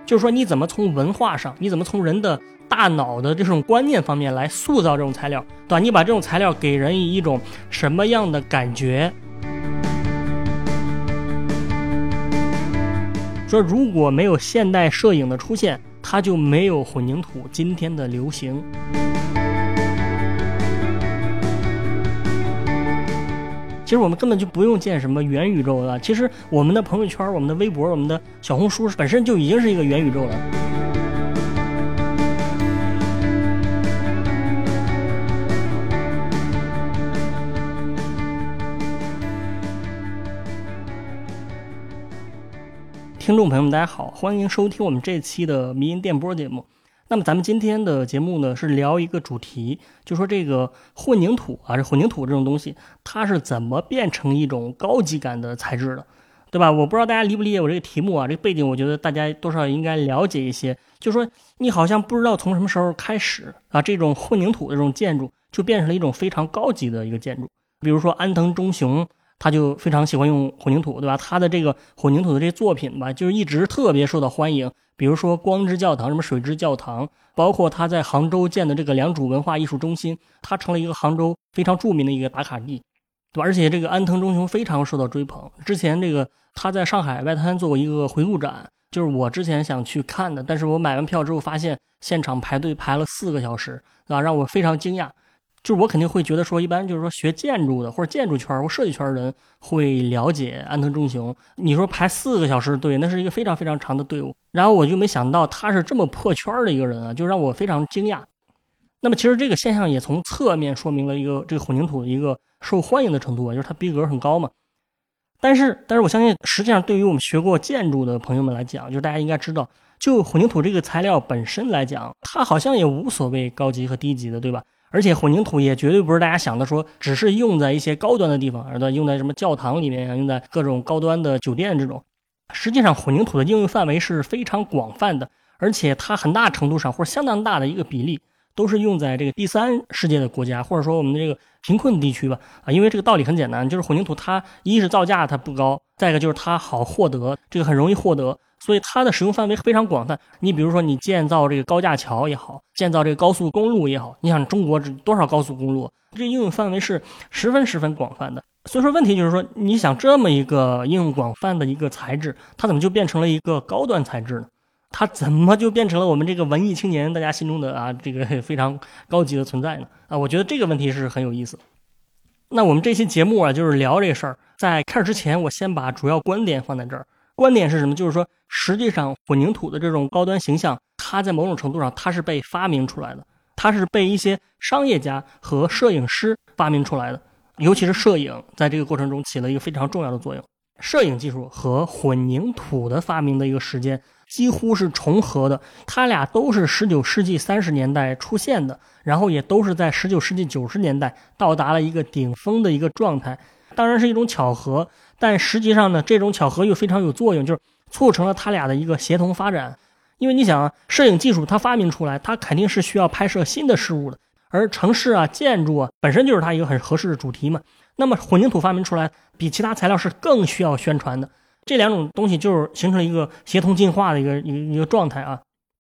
就是说你怎么从文化上，你怎么从人的大脑的这种观念方面来塑造这种材料，对吧？你把这种材料给人以一种什么样的感觉？说如果没有现代摄影的出现，它就没有混凝土今天的流行。其实我们根本就不用建什么元宇宙了，其实我们的朋友圈、我们的微博、我们的小红书本身就已经是一个元宇宙了。听众朋友们大家好，欢迎收听我们这期的迷音电波节目。那么咱们今天的节目呢，是聊一个主题，就说这个混凝土啊，这混凝土这种东西它是怎么变成一种高级感的材质的，对吧？我不知道大家理不理解我这个题目啊，这个背景我觉得大家多少应该了解一些。就说你好像不知道从什么时候开始啊，这种混凝土的这种建筑就变成了一种非常高级的一个建筑。比如说安藤忠雄他就非常喜欢用混凝土，对吧？他的这个混凝土的这些作品吧，就是一直特别受到欢迎。比如说光之教堂、什么水之教堂，包括他在杭州建的这个良渚文化艺术中心，它成了一个杭州非常著名的一个打卡地，对吧？而且这个安藤忠雄非常受到追捧。之前这个他在上海外滩做过一个回顾展，就是我之前想去看的，但是我买完票之后发现现场排队排了4个小时，啊，让我非常惊讶。就是我肯定会觉得说，一般就是说学建筑的或者建筑圈或设计圈的人会了解安藤忠雄。你说排4个小时队，那是一个非常非常长的队伍。然后我就没想到他是这么破圈的一个人啊，就让我非常惊讶。那么其实这个现象也从侧面说明了一个这个混凝土的一个受欢迎的程度啊，就是它逼格很高嘛。但是我相信，实际上对于我们学过建筑的朋友们来讲，就是大家应该知道，就混凝土这个材料本身来讲，它好像也无所谓高级和低级的，对吧？而且混凝土也绝对不是大家想的说只是用在一些高端的地方，而用在什么教堂里面，用在各种高端的酒店这种。实际上混凝土的应用范围是非常广泛的，而且它很大程度上或者相当大的一个比例都是用在这个第三世界的国家，或者说我们的这个贫困地区吧。因为这个道理很简单，就是混凝土它一是造价它不高，再一个就是它好获得，这个很容易获得，所以它的使用范围非常广泛。你比如说你建造这个高架桥也好，建造这个高速公路也好，你想中国多少高速公路，这应用范围是十分广泛的。所以说问题就是说，你想这么一个应用广泛的一个材质，它怎么就变成了一个高端材质呢？它怎么就变成了我们这个文艺青年大家心中的这个非常高级的存在呢？我觉得这个问题是很有意思。那我们这期节目就是聊这个事儿。在开始之前，我先把主要观点放在这儿。观点是什么？就是说实际上混凝土的这种高端形象，它在某种程度上它是被发明出来的，它是被一些商业家和摄影师发明出来的。尤其是摄影在这个过程中起了一个非常重要的作用。摄影技术和混凝土的发明的一个时间几乎是重合的，它俩都是19世纪30年代出现的，然后也都是在19世纪90年代到达了一个顶峰的一个状态。当然是一种巧合，但实际上呢，这种巧合又非常有作用，就是促成了它俩的一个协同发展。因为你想摄影技术它发明出来，它肯定是需要拍摄新的事物的，而城市建筑本身就是它一个很合适的主题嘛。那么混凝土发明出来，比其他材料是更需要宣传的。这两种东西就是形成了一个协同进化的一个状态啊。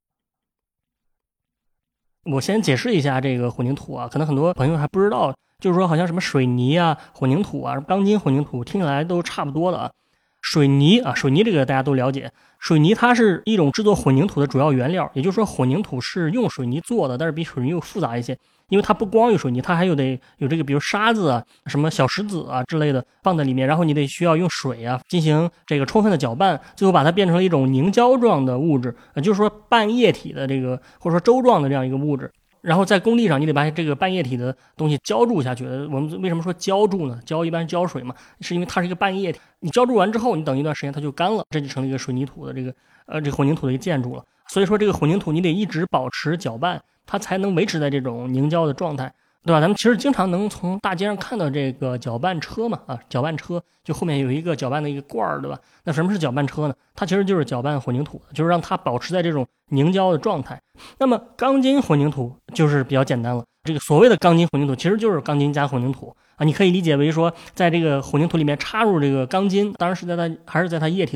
我先解释一下这个混凝土可能很多朋友还不知道，就是说好像什么水泥混凝土钢筋混凝土听起来都差不多的水泥这个大家都了解，水泥它是一种制作混凝土的主要原料，也就是说混凝土是用水泥做的，但是比水泥又复杂一些，因为它不光有水泥，它还得有这个比如沙子什么小石子之类的放在里面，然后你得需要用水进行这个充分的搅拌，最后把它变成了一种凝胶状的物质，就是说半液体的这个或者说粥状的这样一个物质。然后在工地上你得把这个半液体的东西浇筑下去。我们为什么说浇筑呢？浇一般浇水嘛，是因为它是一个半液体，你浇筑完之后你等一段时间它就干了，这就成了一个水泥土的这个混凝土的一个建筑了。所以说这个混凝土你得一直保持搅拌，它才能维持在这种凝胶的状态，对吧？咱们其实经常能从大街上看到这个搅拌车嘛，搅拌车就后面有一个搅拌的一个罐儿，对吧？那什么是搅拌车呢？它其实就是搅拌混凝土，就是让它保持在这种凝胶的状态。那么钢筋混凝土就是比较简单了，这个所谓的钢筋混凝土其实就是钢筋加混凝土你可以理解为说，在这个混凝土里面插入这个钢筋，当然是还是在它液体的时候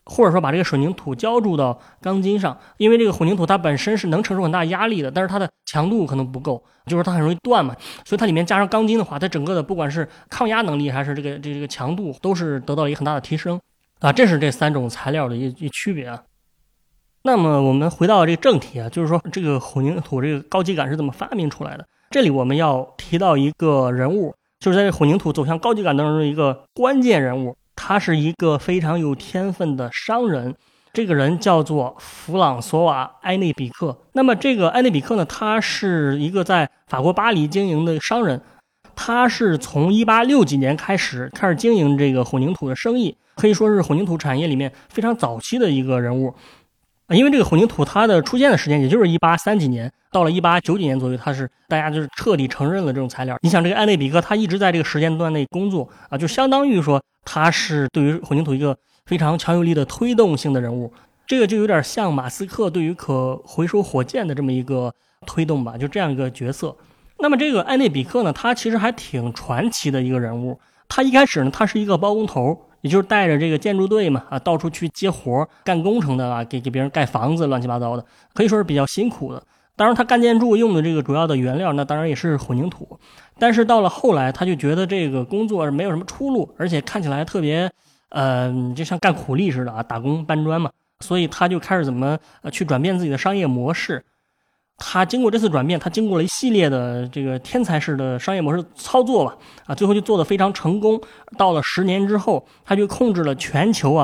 或者说把这个水凝土浇筑到钢筋上，因为这个混凝土它本身是能承受很大压力的，但是它的强度可能不够，就是它很容易断嘛，所以它里面加上钢筋的话，它整个的不管是抗压能力还是这个强度都是得到了一个很大的提升啊，这是这3种材料的一区别啊。那么我们回到这个正题啊，就是说这个混凝土这个高级感是怎么发明出来的？这里我们要提到一个人物，就是在这混凝土走向高级感当中的一个关键人物，他是一个非常有天分的商人，这个人叫做弗朗索瓦·埃内比克。那么这个埃内比克呢，他是一个在法国巴黎经营的商人，他是从1860几年开始经营这个混凝土的生意，可以说是混凝土产业里面非常早期的一个人物。因为这个混凝土它的出现的时间也就是1830几年，到了1890几年左右，它是大家就是彻底承认了这种材料。你想这个埃内比克他一直在这个时间段内工作啊，就相当于说他是对于混凝土一个非常强有力的推动性的人物。这个就有点像马斯克对于可回收火箭的这么一个推动吧，就这样一个角色。那么这个埃内比克呢，他其实还挺传奇的一个人物。他一开始呢，他是一个包工头，也就是带着这个建筑队嘛，到处去接活干工程的啊，给别人盖房子，乱七八糟的，可以说是比较辛苦的。当然他干建筑用的这个主要的原料，那当然也是混凝土。但是到了后来，他就觉得这个工作没有什么出路，而且看起来特别就像干苦力似的啊，打工搬砖嘛。所以他就开始怎么去转变自己的商业模式。他经过这次转变，他经过了一系列的这个天才式的商业模式操作吧，最后就做得非常成功。到了10年之后，他就控制了全球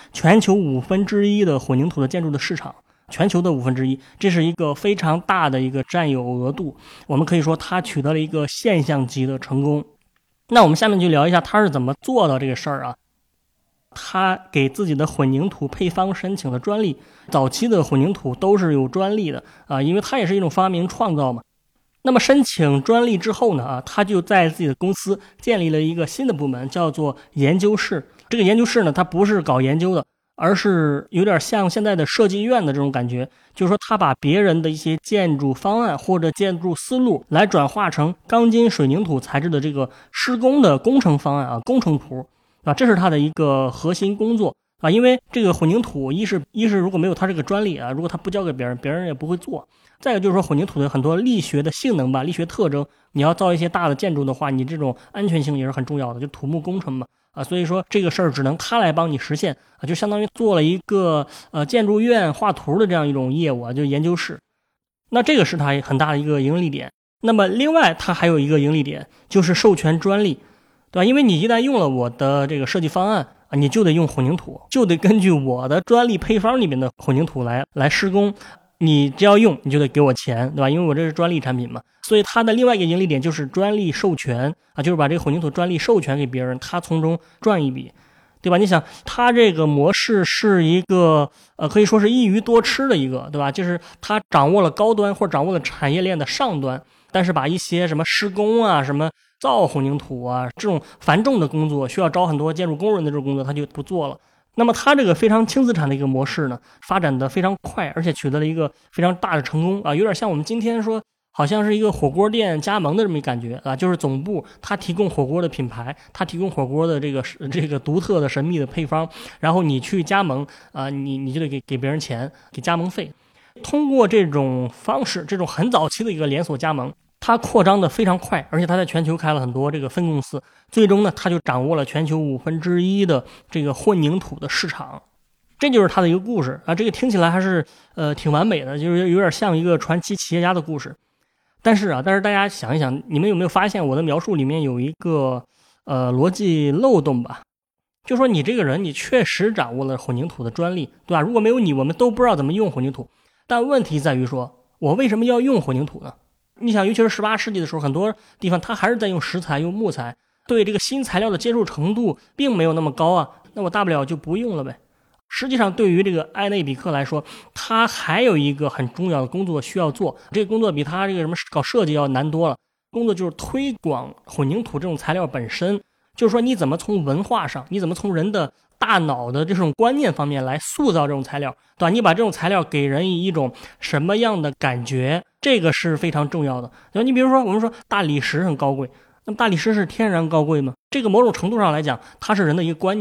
1/5的混凝土的建筑的市场，全球的1/5，这是一个非常大的一个占有额度。我们可以说他取得了一个现象级的成功。那我们下面就聊一下他是怎么做到这个事儿啊。他给自己的混凝土配方申请了专利，早期的混凝土都是有专利的啊，因为它也是一种发明创造嘛。那么申请专利之后呢，他就在自己的公司建立了一个新的部门，叫做研究室。这个研究室呢，它不是搞研究的，而是有点像现在的设计院的这种感觉，就是说他把别人的一些建筑方案或者建筑思路来转化成钢筋水凝土材质的这个施工的工程方案啊，工程图。这是他的一个核心工作啊，因为这个混凝土一是如果没有他这个专利啊，如果他不交给别人，别人也不会做。再一个就是说混凝土的很多力学的性能吧，力学特征，你要造一些大的建筑的话，你这种安全性也是很重要的，就土木工程嘛啊，所以说这个事儿只能他来帮你实现啊，就相当于做了一个建筑院画图的这样一种业务啊，就是研究室。那这个是他很大的一个盈利点。那么另外他还有一个盈利点，就是授权专利。对吧？因为你一旦用了我的这个设计方案啊，你就得用混凝土，就得根据我的专利配方里面的混凝土来施工。你只要用，你就得给我钱，对吧？因为我这是专利产品嘛。所以它的另外一个盈利点就是专利授权啊，就是把这个混凝土专利授权给别人，他从中赚一笔，对吧？你想，他这个模式是一个可以说是一鱼多吃的一个，对吧？就是他掌握了高端或者掌握了产业链的上端，但是把一些什么施工啊、什么造混凝土啊这种繁重的工作，需要招很多建筑工人的这种工作，他就不做了。那么他这个非常轻资产的一个模式呢，发展的非常快，而且取得了一个非常大的成功啊，有点像我们今天说好像是一个火锅店加盟的这么一感觉啊，就是总部他提供火锅的品牌，他提供火锅的这个独特的神秘的配方，然后你去加盟啊，你就得给别人钱，给加盟费。通过这种方式，这种很早期的一个连锁加盟，它扩张的非常快，而且它在全球开了很多这个分公司，最终呢，它就掌握了全球1/5的这个混凝土的市场。这就是它的一个故事啊，这个听起来还是挺完美的，就是有点像一个传奇企业家的故事。但是大家想一想，你们有没有发现我的描述里面有一个逻辑漏洞吧？就说你这个人，你确实掌握了混凝土的专利，对吧？如果没有你，我们都不知道怎么用混凝土。但问题在于说，我为什么要用混凝土呢？你想，尤其是18世纪的时候，很多地方它还是在用石材、用木材，对这个新材料的接受程度并没有那么高啊。那我大不了就不用了呗。实际上，对于这个埃内比克来说，他还有一个很重要的工作需要做，这个工作比他这个什么搞设计要难多了。工作就是推广混凝土这种材料本身，就是说你怎么从文化上，你怎么从人的大脑的这种观念方面来塑造这种材料，对吧？你把这种材料给人以一种什么样的感觉，这个是非常重要的。对吧？你比如说，我们说大理石很高贵，那么大理石是天然高贵吗？这个某种程度上来讲，它是人的一个观念。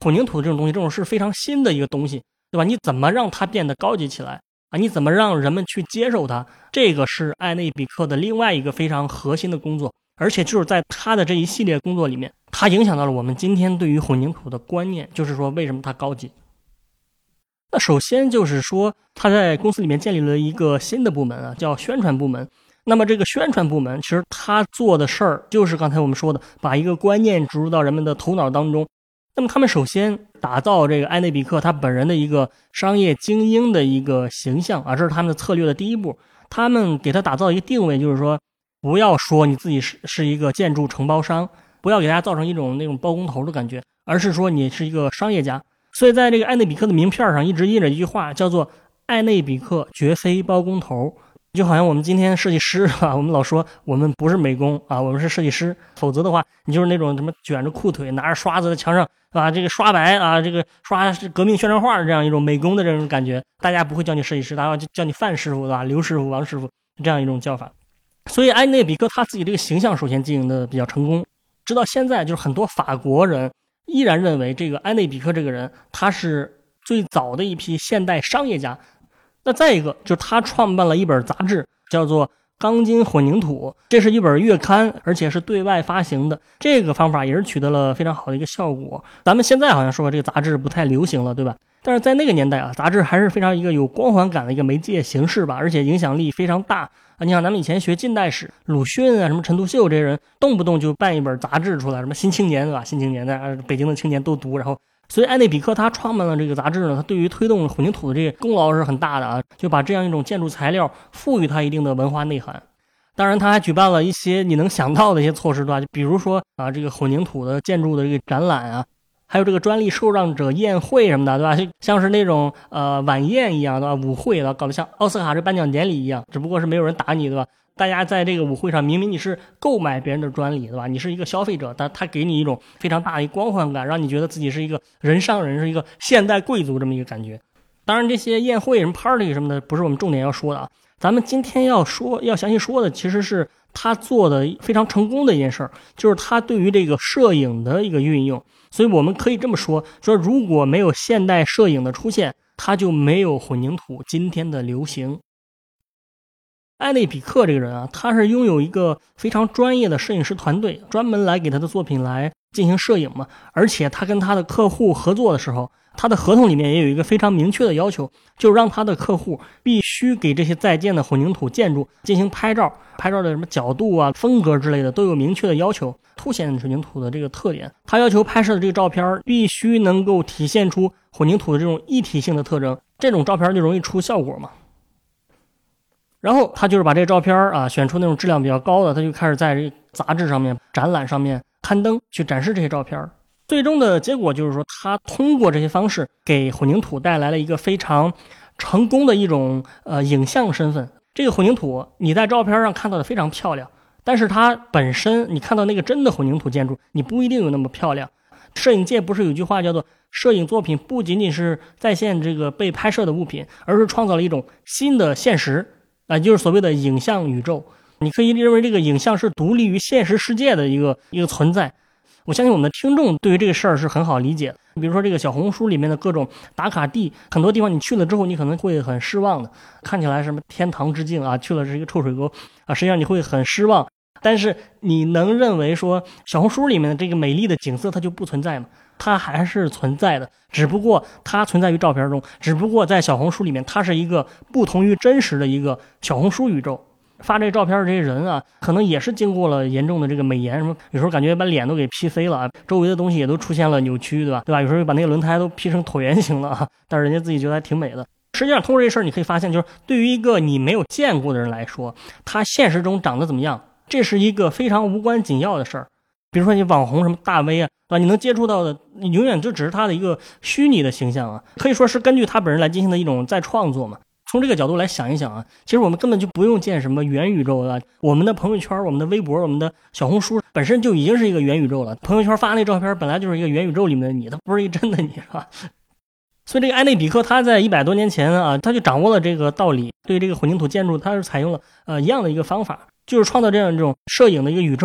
混凝土这种东西，这种是非常新的一个东西，对吧？你怎么让它变得高级起来啊？你怎么让人们去接受它？这个是艾内比克的另外一个非常核心的工作，而且就是在他的这一系列工作里面，他影响到了我们今天对于混凝土的观念，就是说为什么它高级。那首先就是说，他在公司里面建立了一个新的部门啊，叫宣传部门。那么这个宣传部门其实他做的事儿就是刚才我们说的，把一个观念植入到人们的头脑当中。那么他们首先打造这个艾内比克他本人的一个商业精英的一个形象啊，这是他们的策略的第一步。他们给他打造一个定位，就是说不要说你自己是一个建筑承包商，不要给大家造成一种那种包工头的感觉，而是说你是一个商业家。所以在这个艾内比克的名片上一直印着一句话，叫做艾内比克绝非包工头。就好像我们今天设计师啊，我们老说我们不是美工啊，我们是设计师，否则的话你就是那种什么卷着裤腿拿着刷子在墙上啊，这个刷白啊，这个刷是革命宣传画这样一种美工的这种感觉，大家不会叫你设计师，大家就叫你范师傅对吧？刘师傅、王师傅这样一种叫法。所以艾内比克他自己这个形象首先经营的比较成功，直到现在就是很多法国人依然认为这个艾内比克这个人他是最早的一批现代商业家。那再一个就是他创办了一本杂志，叫做《钢筋混凝土》，这是一本月刊，而且是对外发行的。这个方法也是取得了非常好的一个效果。咱们现在好像说这个杂志不太流行了，对吧？但是在那个年代啊，杂志还是非常一个有光环感的一个媒介形式吧，而且影响力非常大啊。你想咱们以前学近代史，鲁迅啊，什么陈独秀这些人，动不动就办一本杂志出来，什么《新青年》对吧？《新青年》的北京的青年都读，然后。所以艾内比克他创办了这个杂志呢，他对于推动混凝土的这个功劳是很大的啊，就把这样一种建筑材料赋予它一定的文化内涵。当然他还举办了一些你能想到的一些措施对吧？就比如说啊，这个混凝土的建筑的这个展览啊，还有这个专利受让者宴会什么的对吧？像是那种晚宴一样对吧？舞会对吧？搞得像奥斯卡这颁奖典礼一样，只不过是没有人打你对吧？大家在这个舞会上，明明你是购买别人的专利，对吧？你是一个消费者，但他给你一种非常大的光环感，让你觉得自己是一个人上人，是一个现代贵族这么一个感觉。当然，这些宴会什么 party 什么的，不是我们重点要说的啊。咱们今天要详细说的，其实是他做的非常成功的一件事儿，就是他对于这个摄影的一个运用。所以我们可以这么说，如果没有现代摄影的出现，他就没有混凝土今天的流行。艾内比克这个人啊，他是拥有一个非常专业的摄影师团队，专门来给他的作品来进行摄影嘛。而且他跟他的客户合作的时候，他的合同里面也有一个非常明确的要求，就是让他的客户必须给这些在建的混凝土建筑进行拍照，拍照的什么角度啊、风格之类的都有明确的要求，凸显混凝土的这个特点。他要求拍摄的这个照片必须能够体现出混凝土的这种一体性的特征，这种照片就容易出效果嘛。然后他就是把这个照片啊选出那种质量比较高的，他就开始在这个杂志上面、展览上面刊登，去展示这些照片。最终的结果就是说，他通过这些方式给混凝土带来了一个非常成功的一种影像身份。这个混凝土你在照片上看到的非常漂亮，但是它本身你看到那个真的混凝土建筑，你不一定有那么漂亮。摄影界不是有句话叫做摄影作品不仅仅是再现这个被拍摄的物品，而是创造了一种新的现实就是所谓的影像宇宙。你可以认为这个影像是独立于现实世界的一个存在。我相信我们的听众对于这个事儿是很好理解的。比如说这个小红书里面的各种打卡地，很多地方你去了之后你可能会很失望的，看起来什么天堂之境啊，去了是一个臭水沟啊，实际上你会很失望。但是你能认为说小红书里面的这个美丽的景色它就不存在吗？它还是存在的，只不过它存在于照片中，只不过在小红书里面它是一个不同于真实的一个小红书宇宙。发这个照片的这些人啊，可能也是经过了严重的这个美颜，什么有时候感觉把脸都给 P 飞了啊，周围的东西也都出现了扭曲，对吧？有时候把那个轮胎都 P 成椭圆形了啊，但是人家自己觉得还挺美的。实际上通过这事儿你可以发现，就是对于一个你没有见过的人来说，他现实中长得怎么样，这是一个非常无关紧要的事儿。比如说你网红什么大 V 啊，对吧？你能接触到的，你永远就只是他的一个虚拟的形象啊，可以说是根据他本人来进行的一种再创作嘛。从这个角度来想一想啊，其实我们根本就不用建什么元宇宙啊，我们的朋友圈、我们的微博、我们的小红书本身就已经是一个元宇宙了。朋友圈发那照片本来就是一个元宇宙里面的你，它不是一真的你，是吧？所以这个艾内比克他在100多年前啊，他就掌握了这个道理，对这个混凝土建筑他是采用了一样的一个方法，就是创造这种摄影的一个宇宙。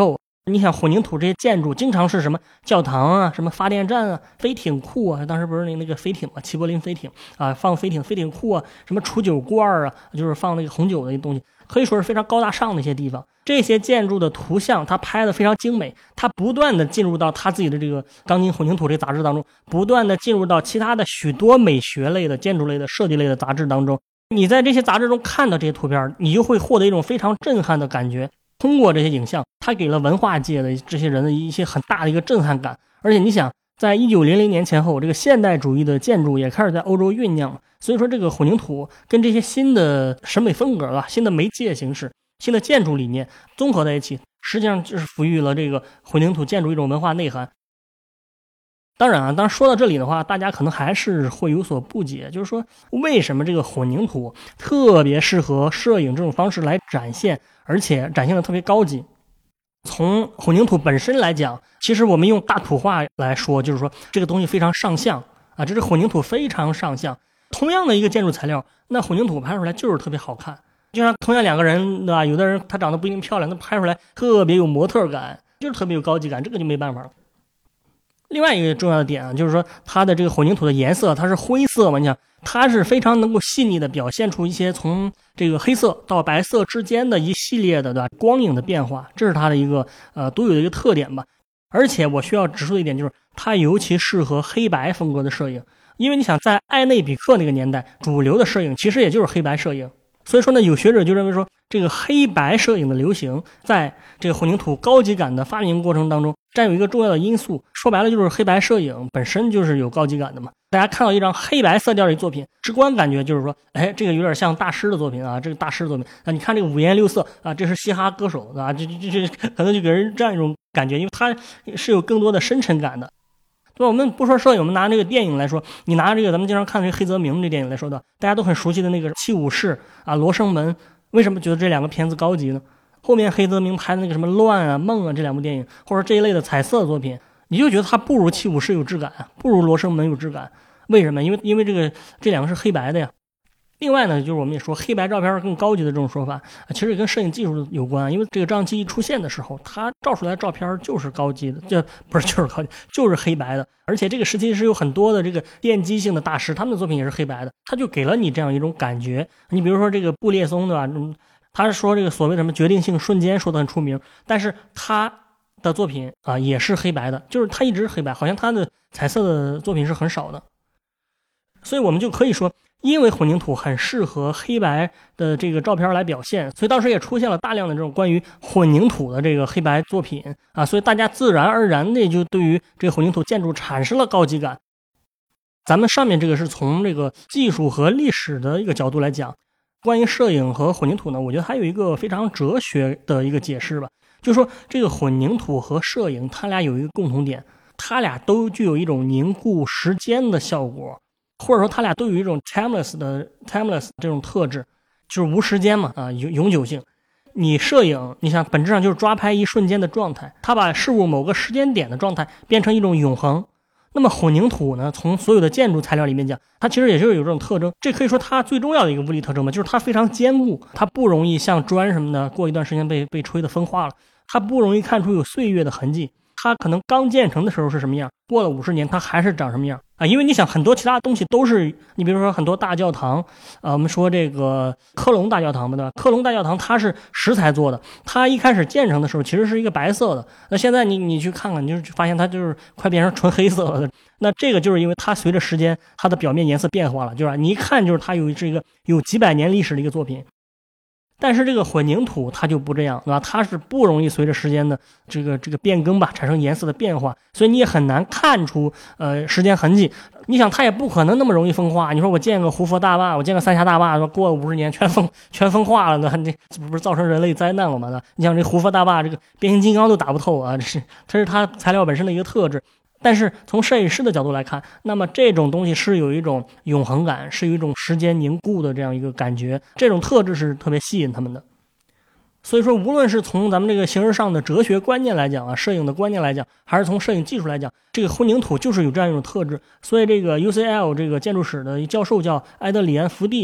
你想混凝土这些建筑经常是什么教堂啊、什么发电站啊、飞艇库啊，当时不是那个飞艇嘛，齐柏林飞艇啊，放飞艇库啊，什么储酒罐啊，就是放那个红酒的一个东西，可以说是非常高大上的一些地方。这些建筑的图像他拍的非常精美，他不断的进入到他自己的这个钢筋混凝土这个杂志当中，不断的进入到其他的许多美学类的、建筑类的、设计类的杂志当中。你在这些杂志中看到这些图片，你就会获得一种非常震撼的感觉。通过这些影像，它给了文化界的这些人的一些很大的一个震撼感。而且你想，在1900年前后，这个现代主义的建筑也开始在欧洲酝酿了。所以说，这个混凝土跟这些新的审美风格新的媒介形式、新的建筑理念综合在一起，实际上就是赋予了这个混凝土建筑一种文化内涵。当然当说到这里的话，大家可能还是会有所不解，就是说为什么这个混凝土特别适合摄影这种方式来展现，而且展现的特别高级。从混凝土本身来讲，其实我们用大土话来说，就是说这个东西非常上相这是混凝土非常上相。同样的一个建筑材料，那混凝土拍出来就是特别好看。就像同样两个人，对吧？有的人他长得不一定漂亮，他拍出来特别有模特感，就是特别有高级感，这个就没办法了。另外一个重要的点就是说它的这个混凝土的颜色，它是灰色嘛，你想它是非常能够细腻的表现出一些从这个黑色到白色之间的一系列的，对吧，光影的变化，这是它的一个独有的一个特点吧。而且我需要指出的一点就是，它尤其适合黑白风格的摄影，因为你想在艾内比克那个年代，主流的摄影其实也就是黑白摄影。所以说呢，有学者就认为说，这个黑白摄影的流行，在这个混凝土高级感的发明过程当中，占有一个重要的因素。说白了，就是黑白摄影本身就是有高级感的嘛。大家看到一张黑白色调的作品，直观感觉就是说，这个有点像大师的作品这个大师的作品你看这个五颜六色这是嘻哈歌手这可能就给人这样一种感觉，因为它是有更多的深沉感的。对吧？我们不说摄影，我们拿这个电影来说，你拿这个咱们经常看这个黑泽明这电影来说的，大家都很熟悉的那个《七武士》罗生门，为什么觉得这两个片子高级呢？后面黑泽明拍的那个什么乱梦这两部电影，或者这一类的彩色作品，你就觉得它不如《七武士》有质感不如《罗生门》有质感。为什么？因为这两个是黑白的呀。另外呢，就是我们也说黑白照片更高级的这种说法其实也跟摄影技术有关。因为这个照相机一出现的时候，它照出来的照片就是高级的，这不是就是高级，就是黑白的。而且这个时期是有很多的这个奠基性的大师，他们的作品也是黑白的，他就给了你这样一种感觉。你比如说这个布列松，对吧？他是说这个所谓的什么决定性瞬间说的很出名，但是他的作品也是黑白的，就是他一直是黑白，好像他的彩色的作品是很少的。所以我们就可以说，因为混凝土很适合黑白的这个照片来表现，所以当时也出现了大量的这种关于混凝土的这个黑白作品所以大家自然而然的就对于这个混凝土建筑产生了高级感。咱们上面这个是从这个技术和历史的一个角度来讲，关于摄影和混凝土呢，我觉得还有一个非常哲学的一个解释吧，就是说这个混凝土和摄影它俩有一个共同点，它俩都具有一种凝固时间的效果，或者说它俩都有一种 timeless 这种特质，就是无时间嘛永久性。你摄影你想本质上就是抓拍一瞬间的状态，它把事物某个时间点的状态变成一种永恒。那么混凝土呢，从所有的建筑材料里面讲，它其实也就是有这种特征，这可以说它最重要的一个物理特征嘛，就是它非常坚固，它不容易像砖什么的过一段时间被吹得风化了，它不容易看出有岁月的痕迹，它可能刚建成的时候是什么样，过了50年它还是长什么样因为你想很多其他东西都是，你比如说很多大教堂我们说这个科隆大教堂吧，对吧？科隆大教堂它是石材做的，它一开始建成的时候其实是一个白色的，那现在你去看看，你就发现它就是快变成纯黑色了。那这个就是因为它随着时间它的表面颜色变化了，就是你一看就是它有这个有几百年历史的一个作品。但是这个混凝土它就不这样，对吧？它是不容易随着时间的这个变更吧，产生颜色的变化，所以你也很难看出时间痕迹。你想它也不可能那么容易风化，你说我建个胡佛大坝，我建个三峡大坝，过了50年全风化了，这不是造成人类灾难了吗？你想这胡佛大坝这个变形金刚都打不透这是它材料本身的一个特质。但是从摄影师的角度来看，那么这种东西是有一种永恒感，是有一种时间凝固的这样一个感觉，这种特质是特别吸引他们的。所以说无论是从咱们这个形而上的哲学观念来讲摄影的观念来讲，还是从摄影技术来讲，这个混凝土就是有这样一种特质。所以这个 UCL 这个建筑史的教授叫埃德里安·福蒂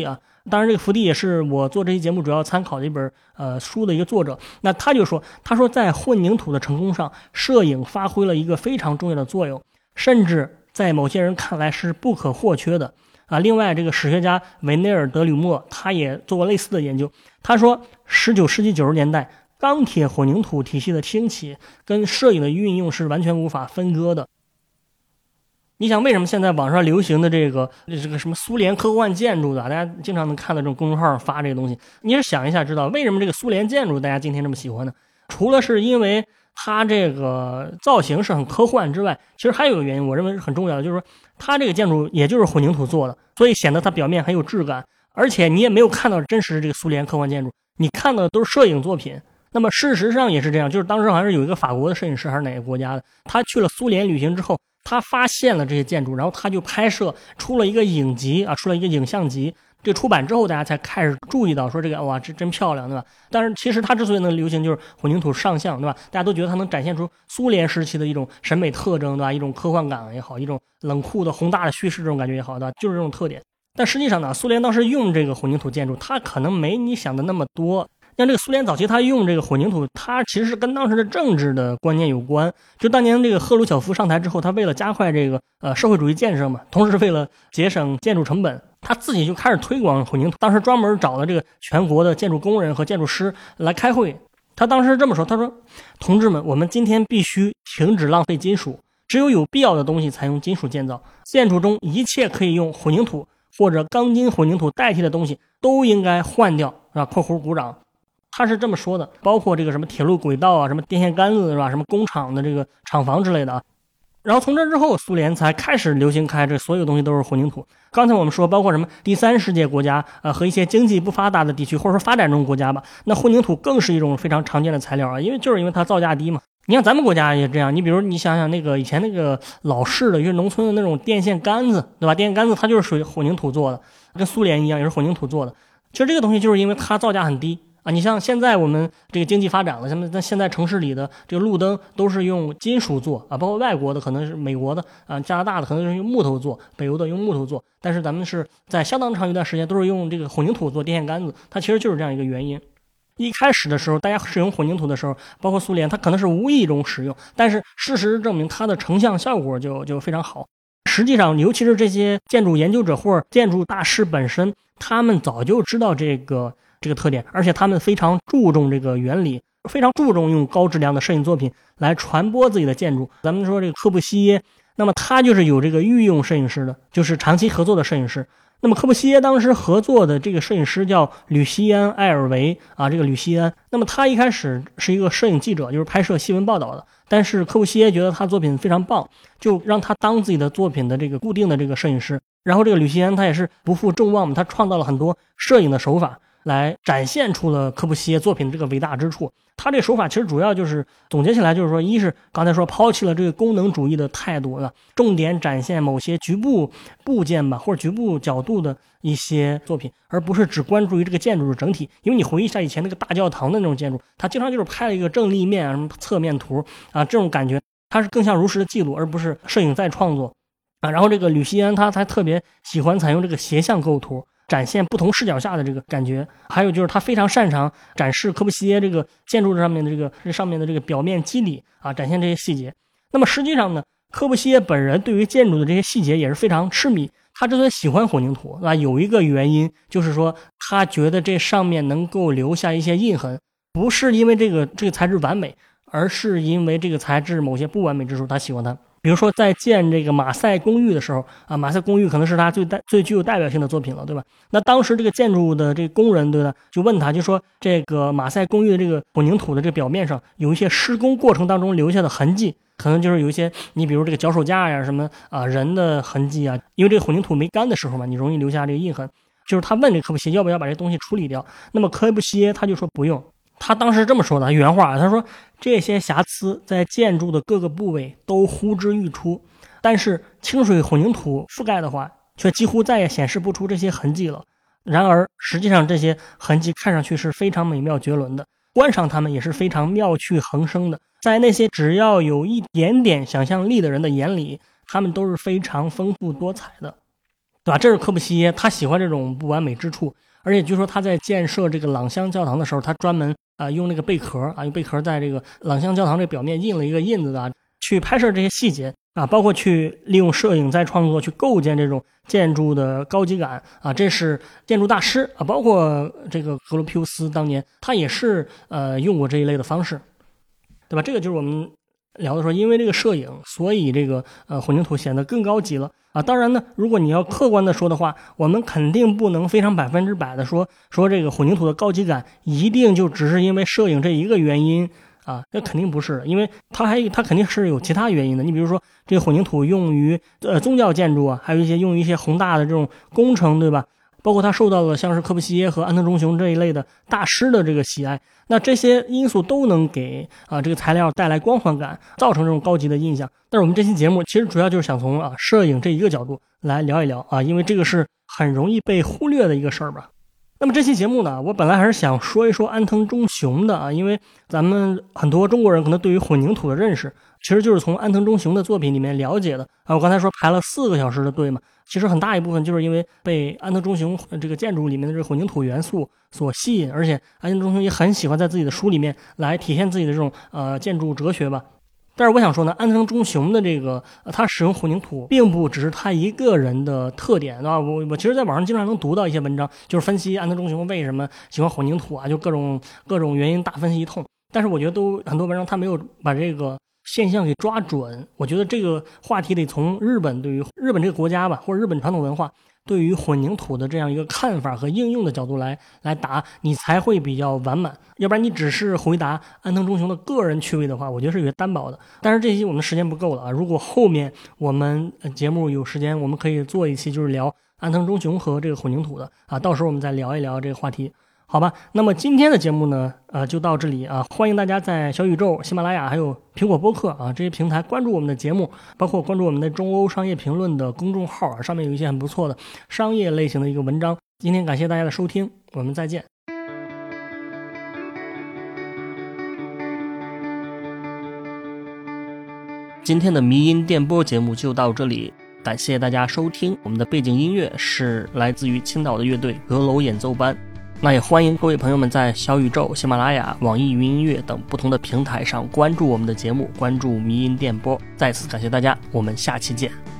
当然这个福地也是我做这期节目主要参考的一本书的一个作者。那他说在混凝土的成功上，摄影发挥了一个非常重要的作用，甚至在某些人看来是不可或缺的另外这个史学家维内尔·德吕莫他也做过类似的研究。他说19世纪90年代钢铁混凝土体系的兴起跟摄影的运用是完全无法分割的。你想为什么现在网上流行的这个什么苏联科幻建筑的大家经常能看到这种公众号上发这个东西，你是想一下知道为什么这个苏联建筑大家今天这么喜欢呢？除了是因为它这个造型是很科幻之外，其实还有一个原因我认为是很重要的，就是说它这个建筑也就是混凝土做的，所以显得它表面很有质感，而且你也没有看到真实的这个苏联科幻建筑，你看到的都是摄影作品。那么事实上也是这样，就是当时好像是有一个法国的摄影师还是哪个国家的，他去了苏联旅行之后，他发现了这些建筑，然后他就拍摄出了一个影集出了一个影像集。这出版之后，大家才开始注意到说这个哇，这真漂亮，对吧？但是其实它之所以能流行，就是混凝土上相，对吧？大家都觉得它能展现出苏联时期的一种审美特征，对吧？一种科幻感也好，一种冷酷的宏大的叙事这种感觉也好，对吧？就是这种特点。但实际上呢，苏联当时用这个混凝土建筑，它可能没你想的那么多。像这个苏联早期他用这个混凝土，它其实是跟当时的政治的观念有关。就当年这个赫鲁晓夫上台之后，他为了加快这个社会主义建设嘛，同时为了节省建筑成本，他自己就开始推广混凝土。当时专门找了这个全国的建筑工人和建筑师来开会。他当时这么说，他说：“同志们，我们今天必须停止浪费金属，只有有必要的东西才用金属建造。建筑中一切可以用混凝土或者钢筋混凝土代替的东西都应该换掉。”是吧？（括弧鼓掌）他是这么说的，包括这个什么铁路轨道什么电线杆子是吧？什么工厂的这个厂房之类的然后从这之后，苏联才开始流行开这所有东西都是混凝土。刚才我们说，包括什么第三世界国家和一些经济不发达的地区，或者说发展中国家吧，那混凝土更是一种非常常见的材料因为它造价低嘛。你像咱们国家也这样，你比如你想想那个以前那个老式的，就是农村的那种电线杆子，对吧？电线杆子它就是属于混凝土做的，跟苏联一样也是混凝土做的。其实这个东西就是因为它造价很低。你像现在我们这个经济发展了，现在城市里的这个路灯都是用金属做包括外国的可能是美国的加拿大的可能是用木头做，北欧的用木头做，但是咱们是在相当长一段时间都是用这个混凝土做电线杆子，它其实就是这样一个原因。一开始的时候大家使用混凝土的时候，包括苏联，它可能是无意中使用，但是事实证明它的成像效果就非常好。实际上尤其是这些建筑研究者或者建筑大师本身，他们早就知道这个特点，而且他们非常注重这个原理，非常注重用高质量的摄影作品来传播自己的建筑。咱们说这个科布西耶，那么他就是有这个御用摄影师的，就是长期合作的摄影师。那么科布西耶当时合作的这个摄影师叫吕西安·埃尔维这个吕西安，那么他一开始是一个摄影记者，就是拍摄新闻报道的，但是科布西耶觉得他作品非常棒，就让他当自己的作品的这个固定的这个摄影师。然后这个吕西安他也是不负众望，他创造了很多摄影的手法来展现出了科布西耶作品的这个伟大之处。他这个手法其实主要就是总结起来就是说，一是刚才说抛弃了这个功能主义的态度重点展现某些局部部件或者局部角度的一些作品，而不是只关注于这个建筑的整体。因为你回忆一下以前那个大教堂的那种建筑，它经常就是拍了一个正立面什么侧面图这种感觉，它是更像如实的记录，而不是摄影再创作然后这个吕西安他才特别喜欢采用这个斜向构图，展现不同视角下的这个感觉。还有就是他非常擅长展示科布西耶这个建筑上面的这个表面肌理展现这些细节。那么实际上呢，科布西耶本人对于建筑的这些细节也是非常痴迷。他之所以喜欢混凝土有一个原因就是说，他觉得这上面能够留下一些印痕，不是因为这个材质完美，而是因为这个材质某些不完美之处他喜欢它。比如说在建这个马赛公寓的时候马赛公寓可能是他最具有代表性的作品了，对吧？那当时这个建筑的这个工人，对吧，就问他，就说这个马赛公寓的这个混凝土的这个表面上有一些施工过程当中留下的痕迹，可能就是有一些你比如这个脚手架呀什么人的痕迹因为这个混凝土没干的时候嘛，你容易留下这个印痕。就是他问这科布西耶要不要把这东西处理掉，那么科布西耶他就说不用。他当时这么说的原话，他说这些瑕疵在建筑的各个部位都呼之欲出，但是清水混凝土覆盖的话却几乎再也显示不出这些痕迹了。然而实际上这些痕迹看上去是非常美妙绝伦的，观赏它们也是非常妙趣横生的，在那些只要有一点点想象力的人的眼里，它们都是非常丰富多彩的，对吧？这是科布西耶他喜欢这种不完美之处。 而且据说他在建设这个朗香教堂的时候，他专门用那个贝壳用贝壳在这个朗香教堂这表面印了一个印子的去拍摄这些细节包括去利用摄影再创作去构建这种建筑的高级感这是建筑大师包括这个格罗皮乌斯当年他也是用过这一类的方式，对吧？这个就是我们聊的说，因为这个摄影，所以这个混凝土显得更高级了当然呢，如果你要客观的说的话，我们肯定不能非常100%的说这个混凝土的高级感一定就只是因为摄影这一个原因那肯定不是，因为它肯定是有其他原因的。你比如说，这个混凝土用于宗教建筑还有用于一些宏大的这种工程，对吧？包括它受到了像是柯布西耶和安藤忠雄这一类的大师的这个喜爱，那这些因素都能给这个材料带来光环感，造成这种高级的印象。但是我们这期节目其实主要就是想从摄影这一个角度来聊一聊因为这个是很容易被忽略的一个事儿吧。那么这期节目呢，我本来还是想说一说安藤忠雄的因为咱们很多中国人可能对于混凝土的认识其实就是从安藤忠雄的作品里面了解的我刚才说排了4个小时的队嘛，其实很大一部分就是因为被安藤忠雄这个建筑里面的这个混凝土元素所吸引，而且安藤忠雄也很喜欢在自己的书里面来体现自己的这种建筑哲学吧。但是我想说呢，安藤忠雄的这个他使用混凝土并不只是他一个人的特点我其实在网上经常能读到一些文章，就是分析安藤忠雄为什么喜欢混凝土就各种原因大分析一通。但是我觉得都很多文章他没有把这个现象给抓准。我觉得这个话题得从日本对于日本这个国家吧，或者日本传统文化对于混凝土的这样一个看法和应用的角度来答，你才会比较完满。要不然你只是回答安藤忠雄的个人趣味的话，我觉得是有些单薄的。但是这期我们的时间不够了如果后面我们节目有时间，我们可以做一期就是聊安藤忠雄和这个混凝土的到时候我们再聊一聊这个话题。好吧，那么今天的节目呢就到这里欢迎大家在小宇宙、喜马拉雅还有苹果播客这些平台关注我们的节目，包括关注我们的中欧商业评论的公众号上面有一些很不错的商业类型的一个文章。今天感谢大家的收听，我们再见。今天的迷音电波节目就到这里，感谢大家收听。我们的背景音乐是来自于青岛的乐队阁楼演奏班。那也欢迎各位朋友们在小宇宙、喜马拉雅、网易云音乐等不同的平台上关注我们的节目，关注迷音电波。再次感谢大家，我们下期见。